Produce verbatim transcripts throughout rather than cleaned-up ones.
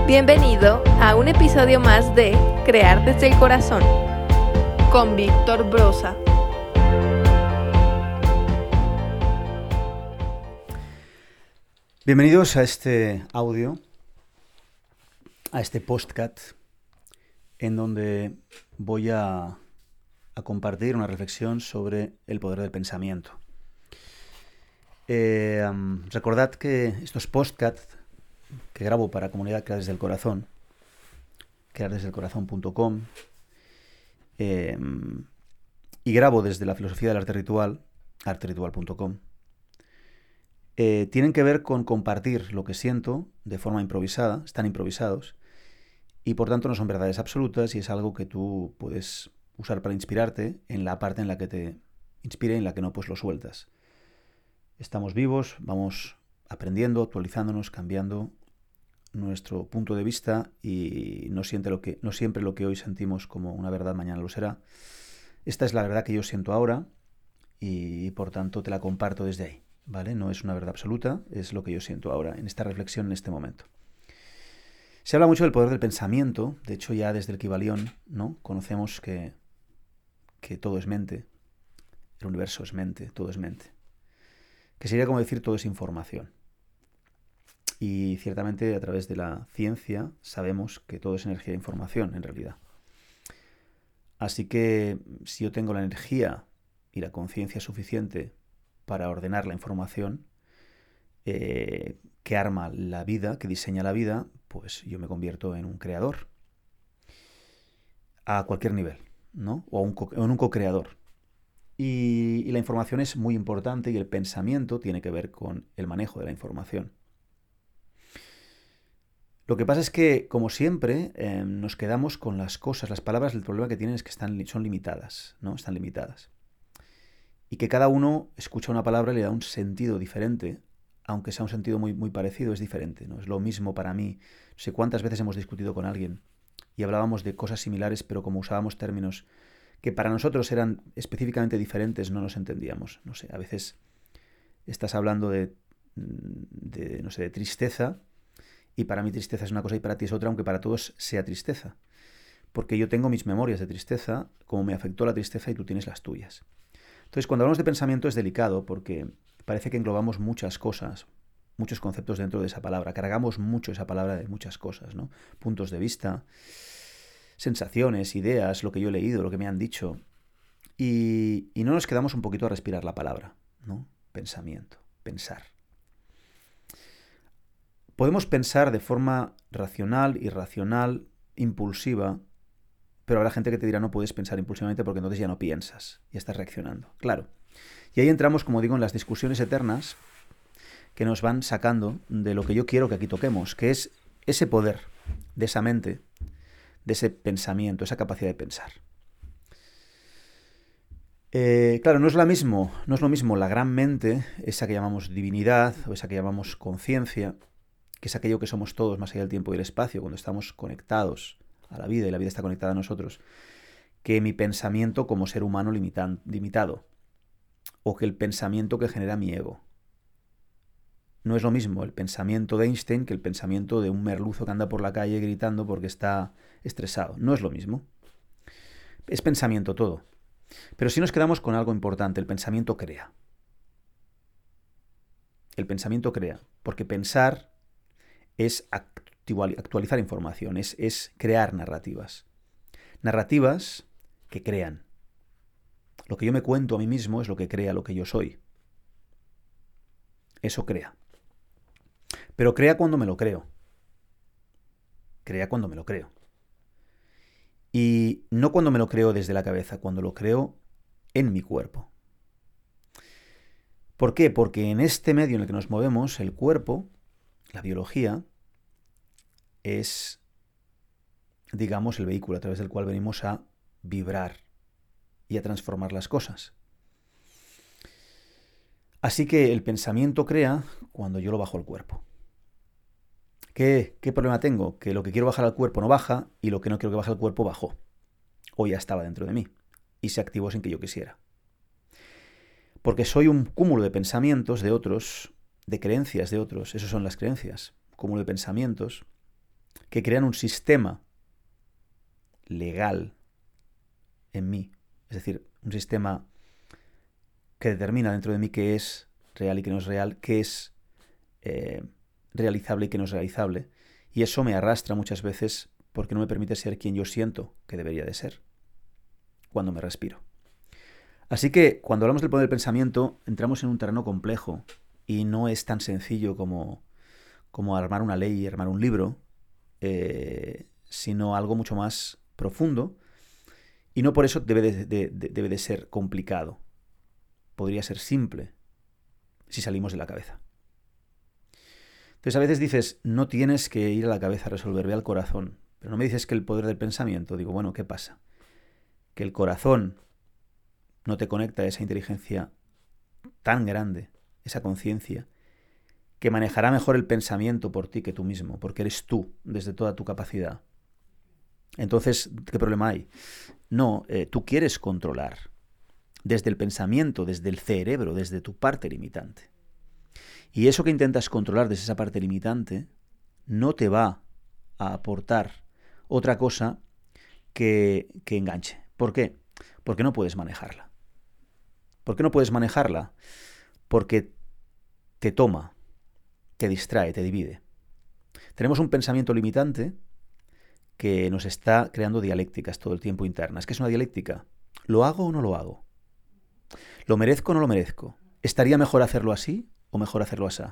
Bienvenido a un episodio más de Crear desde el Corazón con Víctor Brosa. Bienvenidos a este audio, a este podcast, en donde voy a, a compartir una reflexión sobre el poder del pensamiento. Eh, um, recordad que estos podcasts que grabo para Comunidad Crear desde el Corazón, crear desde el corazón punto com, eh, y grabo desde la filosofía del arte ritual, arte ritual punto com, eh, tienen que ver con compartir lo que siento de forma improvisada, están improvisados, y por tanto no son verdades absolutas y es algo que tú puedes usar para inspirarte en la parte en la que te inspire y en la que no, pues lo sueltas. Estamos vivos, vamos aprendiendo, actualizándonos, cambiando nuestro punto de vista y no siempre, lo que, no siempre lo que hoy sentimos como una verdad mañana lo será. Esta es la verdad que yo siento ahora y por tanto te la comparto desde ahí, ¿vale? No es una verdad absoluta, es lo que yo siento ahora, en esta reflexión, en este momento. Se habla mucho del poder del pensamiento, de hecho ya desde el Kybalión, ¿no? Conocemos que, que todo es mente, el universo es mente, todo es mente. Que sería como decir todo es información. Y ciertamente a través de la ciencia sabemos que todo es energía e información en realidad. Así que si yo tengo la energía y la conciencia suficiente para ordenar la información eh, que arma la vida, que diseña la vida, pues yo me convierto en un creador a cualquier nivel, ¿no? O, un co- en un co-creador. Y, y la información es muy importante y el pensamiento tiene que ver con el manejo de la información. Lo que pasa es que, como siempre, eh, nos quedamos con las cosas, las palabras. El problema que tienen es que están, son limitadas, ¿no? Están limitadas. Y que cada uno escucha una palabra y le da un sentido diferente, aunque sea un sentido muy, muy parecido, es diferente, ¿no? Es lo mismo para mí. No sé cuántas veces hemos discutido con alguien y hablábamos de cosas similares, pero como usábamos términos que para nosotros eran específicamente diferentes, no nos entendíamos. No sé, a veces estás hablando de, de no sé, de tristeza, y para mí tristeza es una cosa y para ti es otra, aunque para todos sea tristeza. Porque yo tengo mis memorias de tristeza, como me afectó la tristeza y tú tienes las tuyas. Entonces, cuando hablamos de pensamiento es delicado porque parece que englobamos muchas cosas, muchos conceptos dentro de esa palabra. Cargamos mucho esa palabra de muchas cosas, ¿no? Puntos de vista, sensaciones, ideas, lo que yo he leído, lo que me han dicho. Y, y no nos quedamos un poquito a respirar la palabra, ¿no? Pensamiento, pensar. Podemos pensar de forma racional, irracional, impulsiva, pero habrá gente que te dirá no puedes pensar impulsivamente porque entonces ya no piensas, ya estás reaccionando. Claro. Y ahí entramos, como digo, en las discusiones eternas que nos van sacando de lo que yo quiero que aquí toquemos, que es ese poder de esa mente, de ese pensamiento, esa capacidad de pensar. Eh, claro, no es lo mismo, no es lo mismo la gran mente, esa que llamamos divinidad o esa que llamamos conciencia, que es aquello que somos todos más allá del tiempo y el espacio, cuando estamos conectados a la vida y la vida está conectada a nosotros, que mi pensamiento como ser humano limitan, limitado, o que el pensamiento que genera mi ego. No es lo mismo el pensamiento de Einstein que el pensamiento de un merluzo que anda por la calle gritando porque está estresado. No es lo mismo. Es pensamiento todo. Pero si nos quedamos con algo importante, el pensamiento crea. El pensamiento crea, porque pensar es actualizar información, es, es crear narrativas. Narrativas que crean. Lo que yo me cuento a mí mismo es lo que crea lo que yo soy. Eso crea. Pero crea cuando me lo creo. Crea cuando me lo creo. Y no cuando me lo creo desde la cabeza, cuando lo creo en mi cuerpo. ¿Por qué? Porque en este medio en el que nos movemos, el cuerpo, la biología, es, digamos, el vehículo a través del cual venimos a vibrar y a transformar las cosas. Así que el pensamiento crea cuando yo lo bajo al cuerpo. ¿Qué, ¿Qué problema tengo? Que lo que quiero bajar al cuerpo no baja y lo que no quiero que baje al cuerpo bajó. O ya estaba dentro de mí y se activó sin que yo quisiera. Porque soy un cúmulo de pensamientos de otros, de creencias de otros. Esas son las creencias. Un cúmulo de pensamientos que crean un sistema legal en mí, es decir, un sistema que determina dentro de mí qué es real y qué no es real, qué es eh, realizable y qué no es realizable, y eso me arrastra muchas veces porque no me permite ser quien yo siento que debería de ser cuando me respiro. Así que cuando hablamos del poder del pensamiento entramos en un terreno complejo y no es tan sencillo como, como armar una ley y armar un libro, eh, sino algo mucho más profundo, y no por eso debe de, de, de, debe de ser complicado. Podría ser simple si salimos de la cabeza. Entonces a veces dices, no tienes que ir a la cabeza a resolver, ve al corazón. Pero no me dices que el poder del pensamiento. Digo, bueno, ¿qué pasa? Que el corazón no te conecta a esa inteligencia tan grande, esa conciencia, que manejará mejor el pensamiento por ti que tú mismo, porque eres tú, desde toda tu capacidad. Entonces, ¿qué problema hay? No, eh, tú quieres controlar desde el pensamiento, desde el cerebro, desde tu parte limitante. Y eso que intentas controlar desde esa parte limitante no te va a aportar otra cosa que, que enganche. ¿Por qué? Porque no puedes manejarla. ¿Por qué no puedes manejarla? Porque te toma, te distrae, te divide. Tenemos un pensamiento limitante que nos está creando dialécticas todo el tiempo internas. ¿Qué es una dialéctica? ¿Lo hago o no lo hago? ¿Lo merezco o no lo merezco? ¿Estaría mejor hacerlo así o mejor hacerlo así?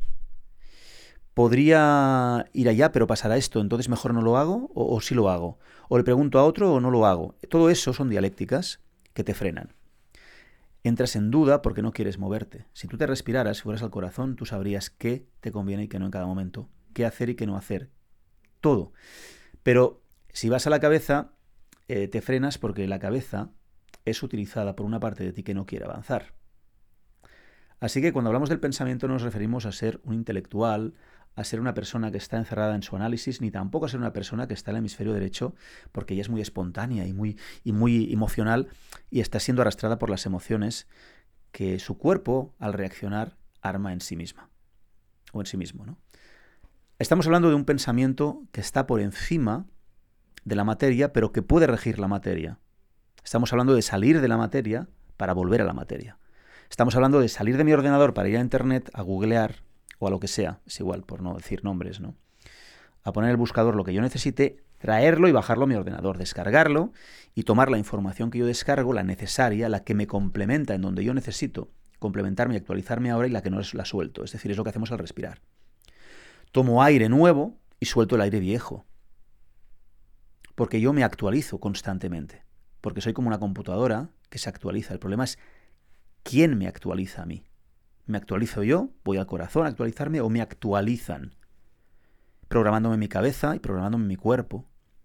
¿Podría ir allá pero pasará esto, entonces mejor no lo hago o, o sí lo hago? ¿O le pregunto a otro o no lo hago? Todo eso son dialécticas que te frenan. Entras en duda porque no quieres moverte. Si tú te respiraras, si fueras al corazón, tú sabrías qué te conviene y qué no en cada momento, qué hacer y qué no hacer. Todo. Pero si vas a la cabeza, eh, te frenas porque la cabeza es utilizada por una parte de ti que no quiere avanzar. Así que cuando hablamos del pensamiento no nos referimos a ser un intelectual, a ser una persona que está encerrada en su análisis, ni tampoco a ser una persona que está en el hemisferio derecho porque ella es muy espontánea y muy, y muy emocional y está siendo arrastrada por las emociones que su cuerpo, al reaccionar, arma en sí misma o en sí mismo, ¿no? Estamos hablando de un pensamiento que está por encima de la materia, pero que puede regir la materia. Estamos hablando de salir de la materia para volver a la materia. Estamos hablando de salir de mi ordenador para ir a internet, a googlear o a lo que sea, es igual, por no decir nombres, ¿no? A poner en el buscador lo que yo necesite, traerlo y bajarlo a mi ordenador, descargarlo y tomar la información que yo descargo, la necesaria, la que me complementa en donde yo necesito complementarme y actualizarme ahora y la que no es la suelto. Es decir, es lo que hacemos al respirar. Tomo aire nuevo y suelto el aire viejo. Porque yo me actualizo constantemente. Porque soy como una computadora que se actualiza. El problema es quién me actualiza a mí. ¿Me actualizo yo? ¿Voy al corazón a actualizarme o me actualizan? Programándome en mi cabeza y programándome en mi cuerpo.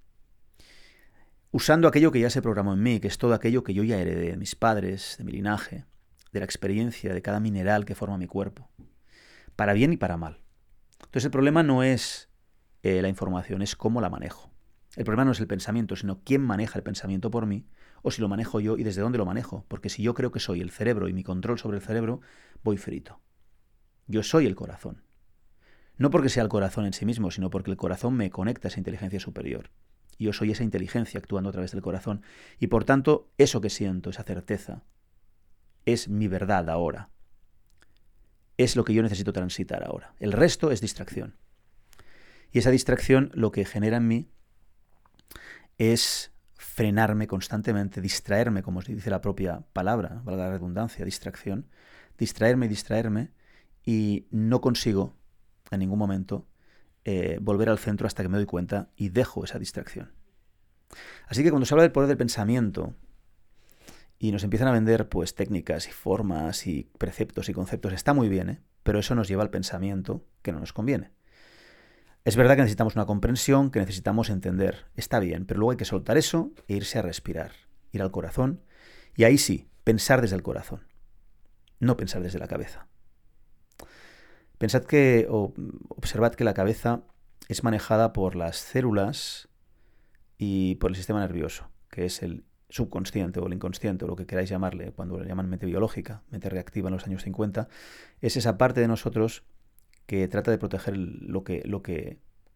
Usando aquello que ya se programó en mí, que es todo aquello que yo ya heredé de mis padres, de mi linaje, de la experiencia, de cada mineral que forma mi cuerpo. Para bien y para mal. Entonces el problema no es eh, la información, es cómo la manejo. El problema no es el pensamiento, sino quién maneja el pensamiento por mí, o si lo manejo yo y desde dónde lo manejo. Porque si yo creo que soy el cerebro y mi control sobre el cerebro, voy frito. Yo soy el corazón. No porque sea el corazón en sí mismo, sino porque el corazón me conecta a esa inteligencia superior. Y yo soy esa inteligencia actuando a través del corazón. Y por tanto, eso que siento, esa certeza, es mi verdad ahora. Es lo que yo necesito transitar ahora. El resto es distracción. Y esa distracción lo que genera en mí es frenarme constantemente, distraerme, como dice la propia palabra, valga la redundancia, distracción, distraerme y distraerme, y no consigo en ningún momento eh, volver al centro hasta que me doy cuenta y dejo esa distracción. Así que cuando se habla del poder del pensamiento y nos empiezan a vender pues técnicas y formas y preceptos y conceptos, está muy bien, ¿eh? Pero eso nos lleva al pensamiento que no nos conviene. Es verdad que necesitamos una comprensión, que necesitamos entender. Está bien, pero luego hay que soltar eso e irse a respirar, ir al corazón y ahí sí, pensar desde el corazón, no pensar desde la cabeza. Pensad que, o observad que la cabeza es manejada por las células y por el sistema nervioso, que es el subconsciente o el inconsciente, o lo que queráis llamarle, cuando le llaman mente biológica, mente reactiva en los años cincuenta, es esa parte de nosotros que trata de proteger lo que, lo que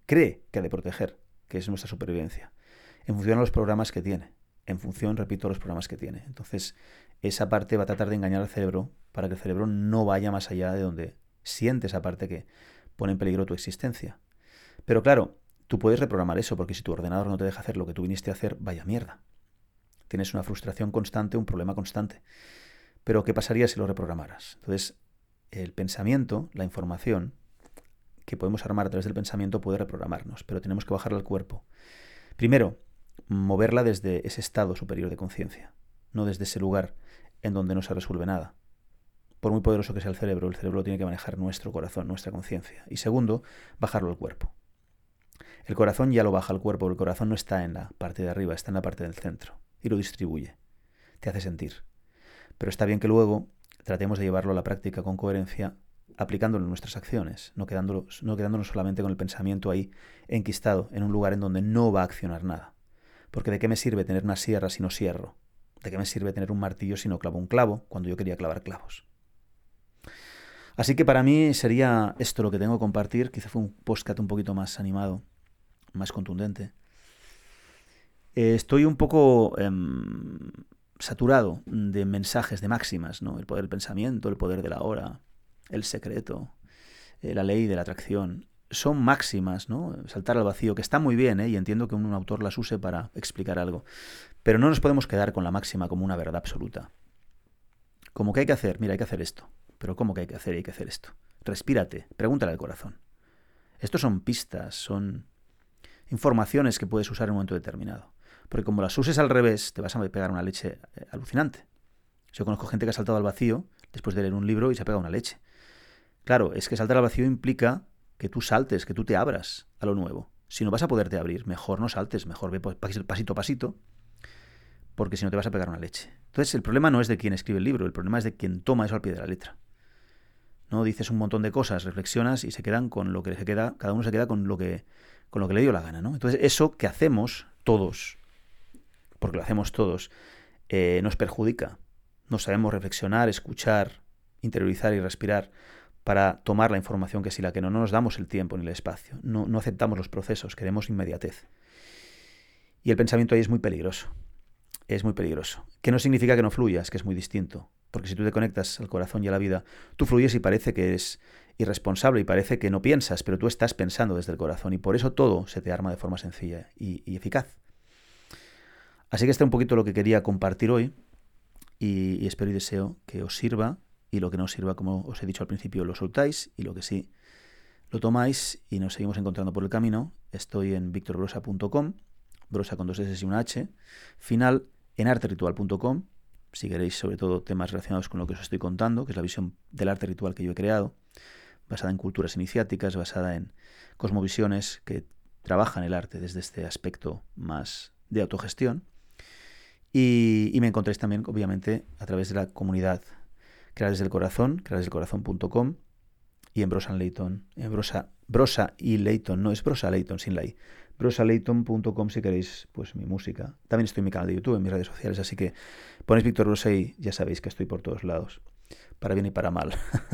cree que ha de proteger, que es nuestra supervivencia, en función a los programas que tiene, en función, repito, a los programas que tiene. Entonces, esa parte va a tratar de engañar al cerebro para que el cerebro no vaya más allá de donde siente esa parte que pone en peligro tu existencia. Pero claro, tú puedes reprogramar eso, porque si tu ordenador no te deja hacer lo que tú viniste a hacer, vaya mierda. Tienes una frustración constante, un problema constante. Pero ¿qué pasaría si lo reprogramaras? Entonces, el pensamiento, la información que podemos armar a través del pensamiento puede reprogramarnos, pero tenemos que bajarla al cuerpo. Primero, moverla desde ese estado superior de conciencia, no desde ese lugar en donde no se resuelve nada. Por muy poderoso que sea el cerebro, el cerebro tiene que manejar nuestro corazón, nuestra conciencia. Y segundo, bajarlo al cuerpo. El corazón ya lo baja al cuerpo, el corazón no está en la parte de arriba, está en la parte del centro y lo distribuye, te hace sentir. Pero está bien que luego tratemos de llevarlo a la práctica con coherencia, aplicándolo en nuestras acciones, no quedándonos, no quedándonos solamente con el pensamiento ahí enquistado en un lugar en donde no va a accionar nada. Porque ¿de qué me sirve tener una sierra si no sierro? ¿De qué me sirve tener un martillo si no clavo un clavo cuando yo quería clavar clavos? Así que para mí sería esto lo que tengo que compartir. Quizá fue un podcast un poquito más animado, más contundente. Eh, estoy un poco eh, saturado de mensajes, de máximas, ¿no? El poder del pensamiento, el poder de la hora, el secreto, eh, la ley de la atracción. Son máximas, ¿no? Saltar al vacío, que está muy bien, ¿eh? Y entiendo que un autor las use para explicar algo. Pero no nos podemos quedar con la máxima como una verdad absoluta. Como que hay que hacer, mira, hay que hacer esto. Pero ¿cómo que hay que hacer y hay que hacer esto? Respírate, pregúntale al corazón. Estos son pistas, son informaciones que puedes usar en un momento determinado. Porque como las uses al revés, te vas a pegar una leche alucinante. Yo conozco gente que ha saltado al vacío después de leer un libro y se ha pegado una leche. Claro, es que saltar al vacío implica que tú saltes, que tú te abras a lo nuevo. Si no vas a poderte abrir, mejor no saltes, mejor ve pasito a pasito, porque si no te vas a pegar una leche. Entonces el problema no es de quien escribe el libro, el problema es de quien toma eso al pie de la letra. No dices un montón de cosas, reflexionas y se quedan con lo que se queda, cada uno se queda con lo que, con lo que le dio la gana, ¿no? Entonces eso que hacemos todos, porque lo hacemos todos, eh, nos perjudica. No sabemos reflexionar, escuchar, interiorizar y respirar para tomar la información que sí, la que no, no nos damos el tiempo ni el espacio, no, no aceptamos los procesos, queremos inmediatez. Y el pensamiento ahí es muy peligroso, es muy peligroso. Que no significa que no fluyas, que es muy distinto. Porque si tú te conectas al corazón y a la vida, tú fluyes y parece que eres irresponsable y parece que no piensas, pero tú estás pensando desde el corazón y por eso todo se te arma de forma sencilla y, y eficaz. Así que este es un poquito lo que quería compartir hoy y, y espero y deseo que os sirva y lo que no os sirva, como os he dicho al principio, lo soltáis y lo que sí lo tomáis y nos seguimos encontrando por el camino. Estoy en victor brosa punto com, brosa con dos S y una H, final en arte ritual punto com. Si queréis sobre todo temas relacionados con lo que os estoy contando, que es la visión del arte ritual que yo he creado, basada en culturas iniciáticas, basada en cosmovisiones que trabajan el arte desde este aspecto más de autogestión. Y, y me encontréis también, obviamente, a través de la comunidad Crear desde el Corazón, crear desde el corazón punto com y en Brosa Layton, en Brosa, Brosa y Layton, no es Brosa Layton sin la I, brosa layton punto com si queréis pues mi música. También estoy en mi canal de YouTube, en mis redes sociales, así que ponéis Víctor Brosa y ya sabéis que estoy por todos lados, para bien y para mal.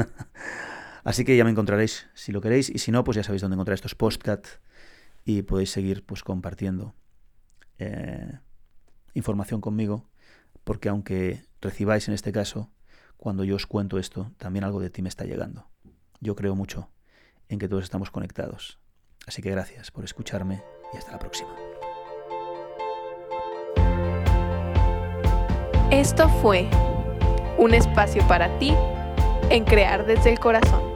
Así que ya me encontraréis si lo queréis y si no, pues ya sabéis dónde encontrar estos podcasts y podéis seguir pues compartiendo eh, información conmigo, porque aunque recibáis en este caso, cuando yo os cuento esto, también algo de ti me está llegando. Yo creo mucho en que todos estamos conectados. Así que gracias por escucharme y hasta la próxima. Esto fue un espacio para ti en Crear desde el Corazón.